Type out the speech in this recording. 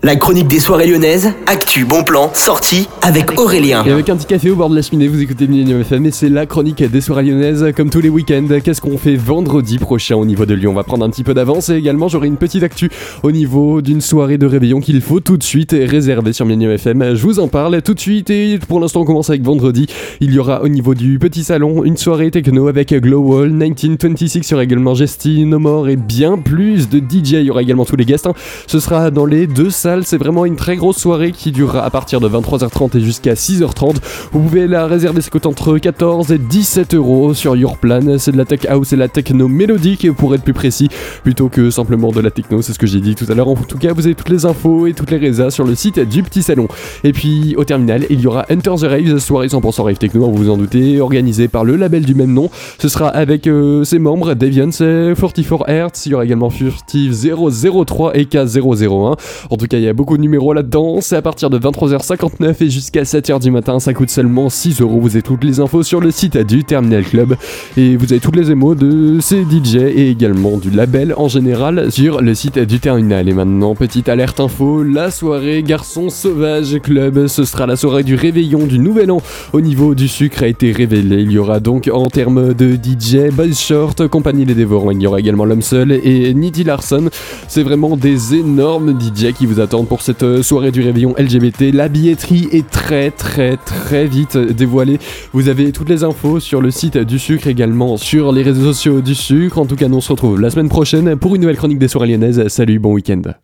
La chronique des soirées lyonnaises, actu, bon plan, sortie avec Aurélien. Et avec un petit café au bord de la cheminée, vous écoutez Millennium FM et c'est la chronique des soirées lyonnaises comme tous les week-ends. Qu'est-ce qu'on fait vendredi prochain au niveau de Lyon? On va prendre un petit peu d'avance et également j'aurai une petite actu au niveau d'une soirée de réveillon qu'il faut tout de suite réserver sur Millennium FM. Je vous en parle tout de suite et pour l'instant on commence avec vendredi. Il y aura au niveau du petit salon une soirée techno avec Glowwall, 1926, il y aura également Jesty, No More et bien plus de DJ. Il y aura également tous les guests. Ce sera dans les deux salles. C'est vraiment une très grosse soirée qui durera à partir de 23h30 et jusqu'à 6h30. Vous pouvez la réserver, ça coûte entre 14 et 17 euros sur Yourplan. C'est de la tech house et la techno mélodique pour être plus précis, plutôt que simplement de la techno, c'est ce que j'ai dit tout à l'heure. En tout cas, vous avez toutes les infos et toutes les résas sur le site du petit salon. Et puis au terminal, il y aura Enter the Rave, soirée 100% rave techno, vous vous en doutez, organisée par le label du même nom. Ce sera avec ses membres Deviance, 44 Hertz, il y aura également Furtive 003 et K001. En tout cas, il y a beaucoup de numéros là-dedans, c'est à partir de 23h59 et jusqu'à 7h du matin, ça coûte seulement 6 euros. Vous avez toutes les infos sur le site du Terminal Club et vous avez toutes les émos de ces DJ et également du label en général sur le site du Terminal. Et maintenant, petite alerte info, la soirée Garçon Sauvage Club, ce sera la soirée du réveillon du Nouvel An au niveau du sucre a été révélé. Il y aura donc en termes de DJ, Boys Short, Compagnie Les Dévorants, il y aura également L'Homme Seul et Nitty Larson. C'est vraiment des énormes DJ qui vous attendent pour cette soirée du réveillon LGBT. La billetterie est très vite dévoilée. Vous avez toutes les infos sur le site du sucre, également sur les réseaux sociaux du sucre. En tout cas, nous on se retrouve la semaine prochaine pour une nouvelle chronique des soirées lyonnaises. Salut, bon week-end.